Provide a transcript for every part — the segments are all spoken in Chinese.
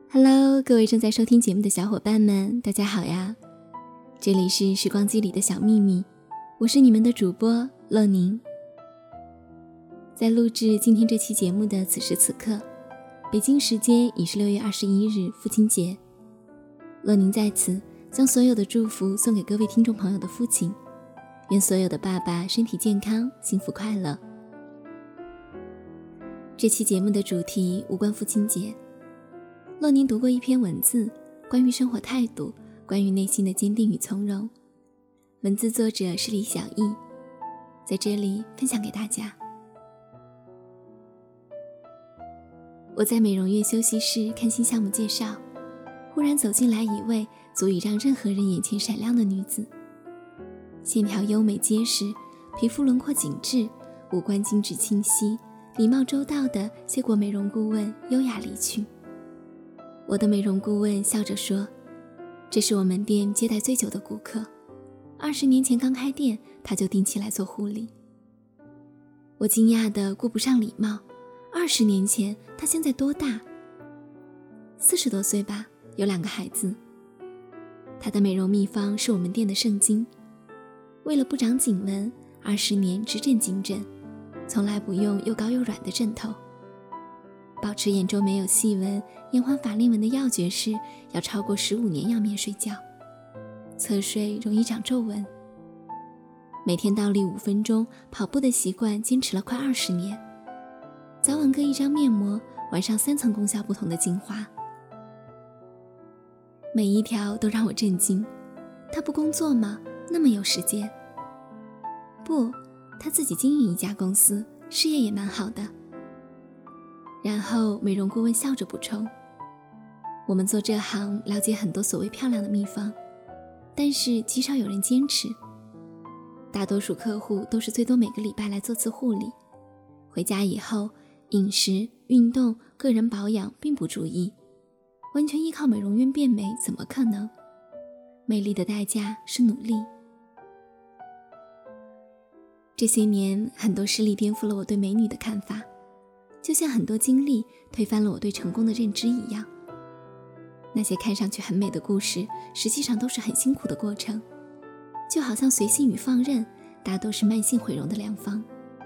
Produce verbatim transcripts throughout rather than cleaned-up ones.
Hello， 各位正在收听节目的小伙伴们，大家好呀！这里是时光机里的小秘密，我是你们的主播乐宁。在录制今天这期节目的此时此刻，北京时间已是六月二十一日父亲节。乐宁在此将所有的祝福送给各位听众朋友的父亲，愿所有的爸爸身体健康，幸福快乐。这期节目的主题无关父亲节。乐宁读过一篇文字，关于生活态度，关于内心的坚定与从容。文字作者是李小艺，在这里分享给大家。我在美容院休息室看新项目介绍，忽然走进来一位足以让任何人眼前闪亮的女子，线条优美结实，皮肤轮廓紧致，五官精致清晰，礼貌周到地接过美容顾问，优雅离去。我的美容顾问笑着说，这是我们店接待最久的顾客，二十年前刚开店，他就定期来做护理。我惊讶地顾不上礼貌，二十年前他现在多大？四十多岁吧，有两个孩子。他的美容秘方是我们店的圣经，为了不长颈纹，二十年只枕颈枕，从来不用又高又软的枕头。保持眼周没有细纹，延缓法令纹的要诀是要超过十五年仰面睡觉，侧睡容易长皱纹。每天倒立五分钟，跑步的习惯坚持了快二十年，早晚各一张面膜，晚上三层功效不同的精华，每一条都让我震惊。他不工作吗？那么有时间？不，他自己经营一家公司，事业也蛮好的。然后美容顾问笑着补充，我们做这行了解很多所谓漂亮的秘方，但是极少有人坚持，大多数客户都是最多每个礼拜来做次护理，回家以后饮食、运动、个人保养并不注意，完全依靠美容院变美怎么可能？美丽的代价是努力。这些年很多事例颠覆了我对美女的看法，就像很多经历推翻了我对成功的认知一样。那些看上去很美的故事，实际上都是很辛苦的过程，就好像随性与放任，大都是慢性毁容的良方。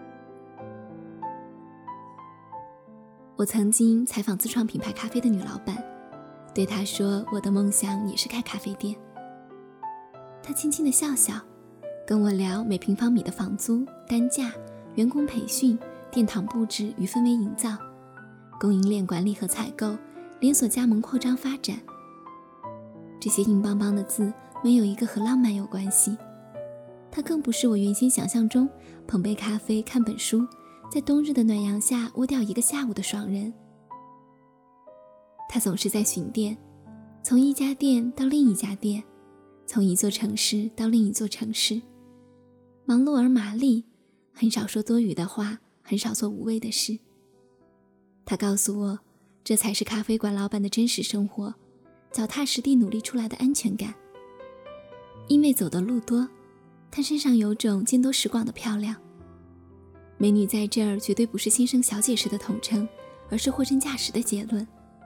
我曾经采访自创品牌咖啡的女老板，对她说我的梦想也是开咖啡店。她轻轻地笑笑，跟我聊每平方米的房租、单价、员工培训、殿堂布置与氛围营造，供应链管理和采购，连锁加盟扩张发展。这些硬邦邦的字没有一个和浪漫有关系，它更不是我原先想象中捧杯咖啡看本书，在冬日的暖阳下窝掉一个下午的爽人。他总是在巡店，从一家店到另一家店，从一座城市到另一座城市，忙碌而麻利，很少说多余的话，很少做无谓的事。他告诉我，这才是咖啡馆老板的真实生活，脚踏实地努力出来的安全感。因为走的路多，他身上有种见多识广的漂亮。美女在这儿绝对不是先生小姐式的统称，而是货真价实的结论。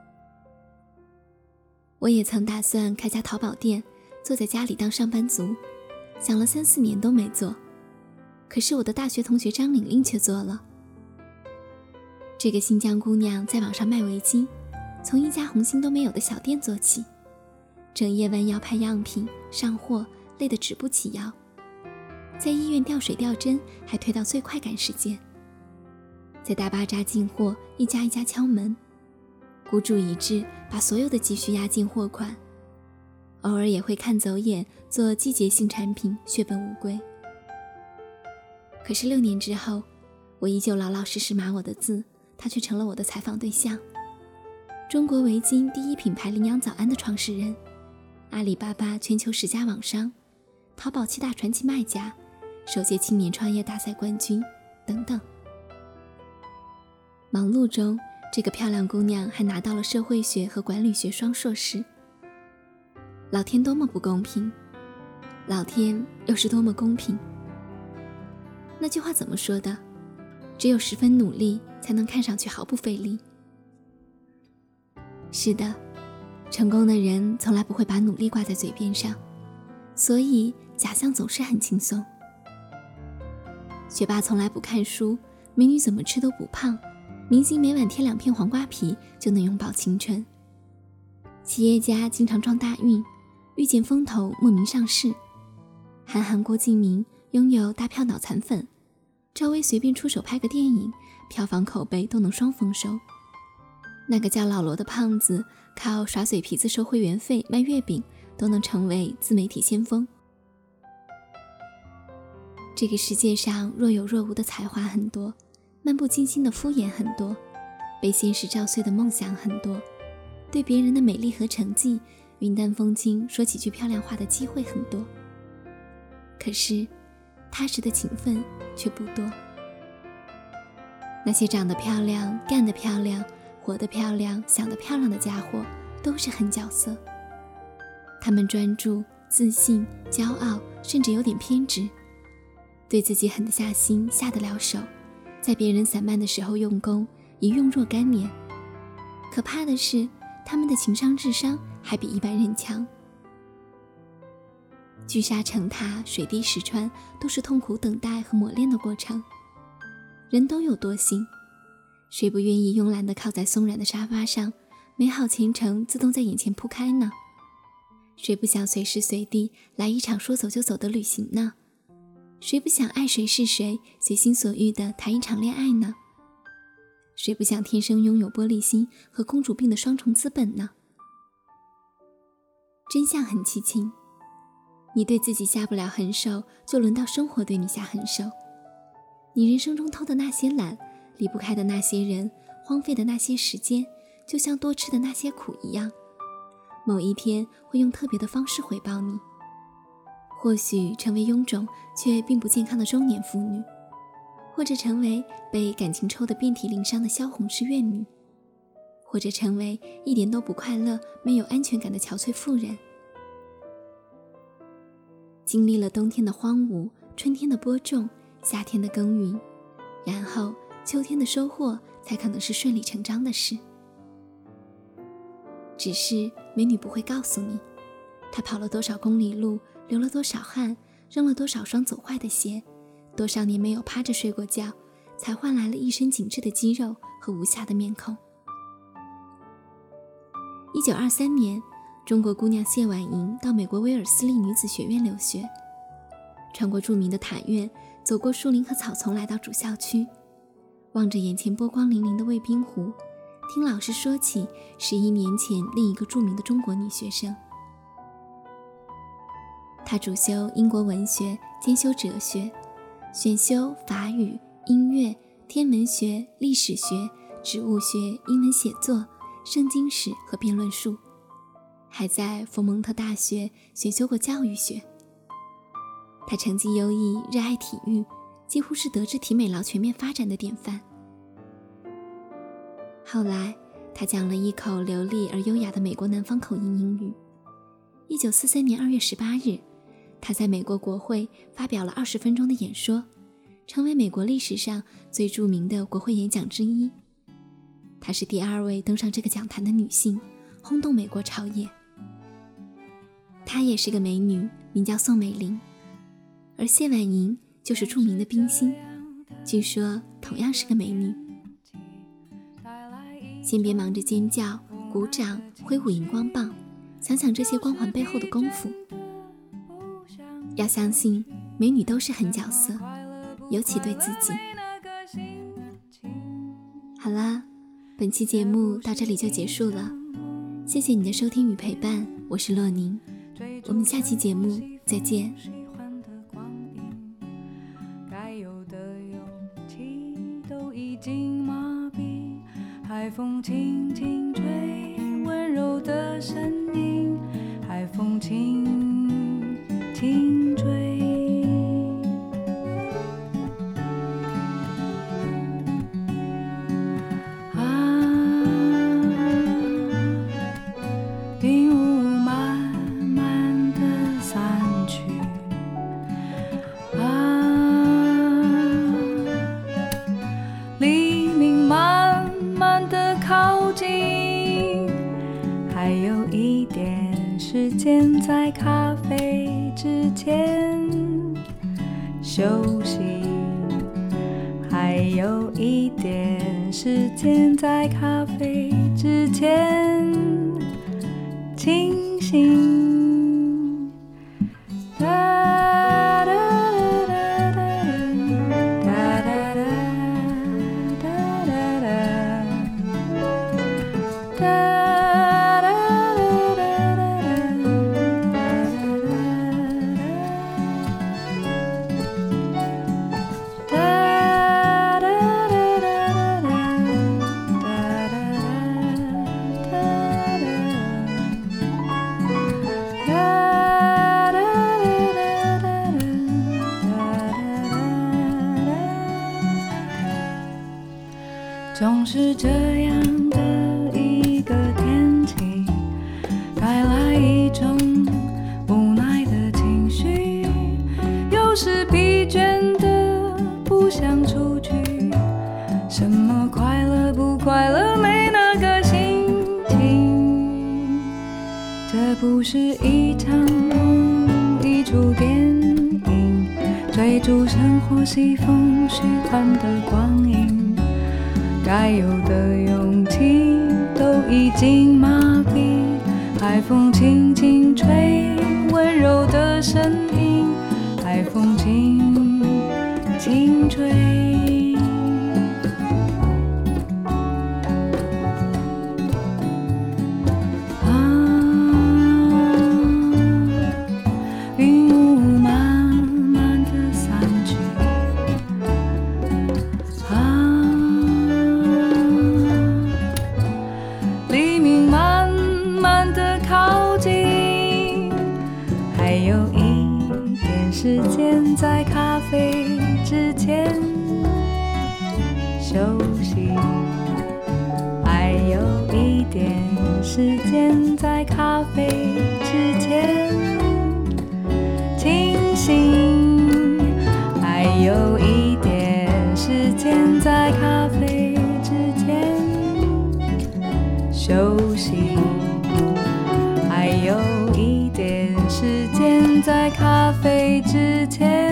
我也曾打算开家淘宝店，坐在家里当上班族，想了三四年都没做。可是我的大学同学张玲玲却做了。这个新疆姑娘在网上卖围巾，从一家红星都没有的小店做起，整夜弯腰拍样品上货，累得直不起腰，在医院吊水吊针还推到最快赶时间，在大巴扎进货，一家一家敲门，孤注一掷把所有的积蓄压进货款，偶尔也会看走眼做季节性产品，血本无归。可是六年之后，我依旧老老实实码我的字，他却成了我的采访对象。中国围巾第一品牌羚羊早安的创始人，阿里巴巴全球十佳网商，淘宝七大传奇卖家，首届青年创业大赛冠军等等。忙碌中，这个漂亮姑娘还拿到了社会学和管理学双硕士。老天多么不公平，老天又是多么公平。那句话怎么说的？只有十分努力，才能看上去毫不费力。是的， 成功的人从来不会把努力挂在嘴边上，所以假象总是很轻松。学霸从来不看书，美女怎么吃都不胖，明星每晚贴两片黄瓜皮就能永葆青春。企业家经常撞大运，遇见风投莫名上市。韩寒郭敬明拥有大票脑残粉，赵薇随便出手拍个电影，票房口碑都能双丰收。那个叫老罗的胖子靠耍嘴皮子收会员费卖月饼都能成为自媒体先锋。这个世界上若有若无的才华很多，漫不经心的敷衍很多，被现实照碎的梦想很多，对别人的美丽和成绩云淡风轻说几句漂亮话的机会很多，可是踏实的勤奋却不多。那些长得漂亮、干得漂亮、活得漂亮、想得漂亮的家伙都是狠角色。他们专注、自信、骄傲，甚至有点偏执，对自己狠得下心、下得了手，在别人散漫的时候用功，以用若干年。可怕的是，他们的情商智商还比一般人强。聚沙成塔，水滴石穿，都是痛苦等待和磨练的过程。人都有惰性，谁不愿意慵懒地靠在松软的沙发上，美好前程自动在眼前铺开呢？谁不想随时随地来一场说走就走的旅行呢？谁不想爱谁是谁，随心所欲地谈一场恋爱呢？谁不想天生拥有玻璃心和公主病的双重资本呢？真相很凄清，你对自己下不了狠手，就轮到生活对你下狠手。你人生中偷的那些懒，离不开的那些人，荒废的那些时间，就像多吃的那些苦一样，某一天会用特别的方式回报你。或许成为臃肿却并不健康的中年妇女，或者成为被感情抽得遍体鳞伤的萧红式怨女，或者成为一点都不快乐、没有安全感的憔悴妇人。经历了冬天的荒芜，春天的播种，夏天的耕耘，然后秋天的收获才可能是顺理成章的事。只是美女不会告诉你，她跑了多少公里路，流了多少汗，扔了多少双走坏的鞋，多少年没有趴着睡过觉，才换来了一身紧致的肌肉和无瑕的面孔。一九二三年，中国姑娘谢婉莹到美国威尔斯利女子学院留学，穿过著名的塔院，走过树林和草丛，来到主校区，望着眼前波光粼粼的卫滨湖，听老师说起十一年前另一个著名的中国女学生。她主修英国文学，兼修哲学，选修法语、音乐、天文学、历史学、植物学、英文写作、圣经史和辩论术，还在佛蒙特大学选修过教育学。她成绩优异，热爱体育，几乎是德智体美劳全面发展的典范。后来她讲了一口流利而优雅的美国南方口音英语。一九四三年二月十八日，她在美国国会发表了二十分钟的演说，成为美国历史上最著名的国会演讲之一。她是第二位登上这个讲坛的女性，轰动美国朝野。她也是个美女，名叫宋美龄，而谢婉莹就是著名的冰心，据说同样是个美女。先别忙着尖叫、鼓掌、挥舞荧光棒，想想这些光环背后的功夫。要相信美女都是狠角色，尤其对自己。好啦，本期节目到这里就结束了，谢谢你的收听与陪伴，我是洛宁，我们下期节目再见。该有的勇气都已经麻痹，海风轻轻吹，温柔的声音，海风轻轻吹。还有一时间在咖啡之前休息，还有一点时间在咖啡之前清醒。总是这样的一个天气，带来一种无奈的情绪，有时疲倦的不想出去，什么快乐不快乐没那个心情。这不是一场梦，一出电影，追逐生活西风虚幻的光影，该有的勇气都已经麻痹，海风轻轻吹，温柔的声音，海风轻轻吹。啊，云雾慢慢地散去，还有一点时间在咖啡之前休息，还有一点时间在咖啡之前清醒，还有一点时间在咖啡之前休息，还有一点时间在咖啡之前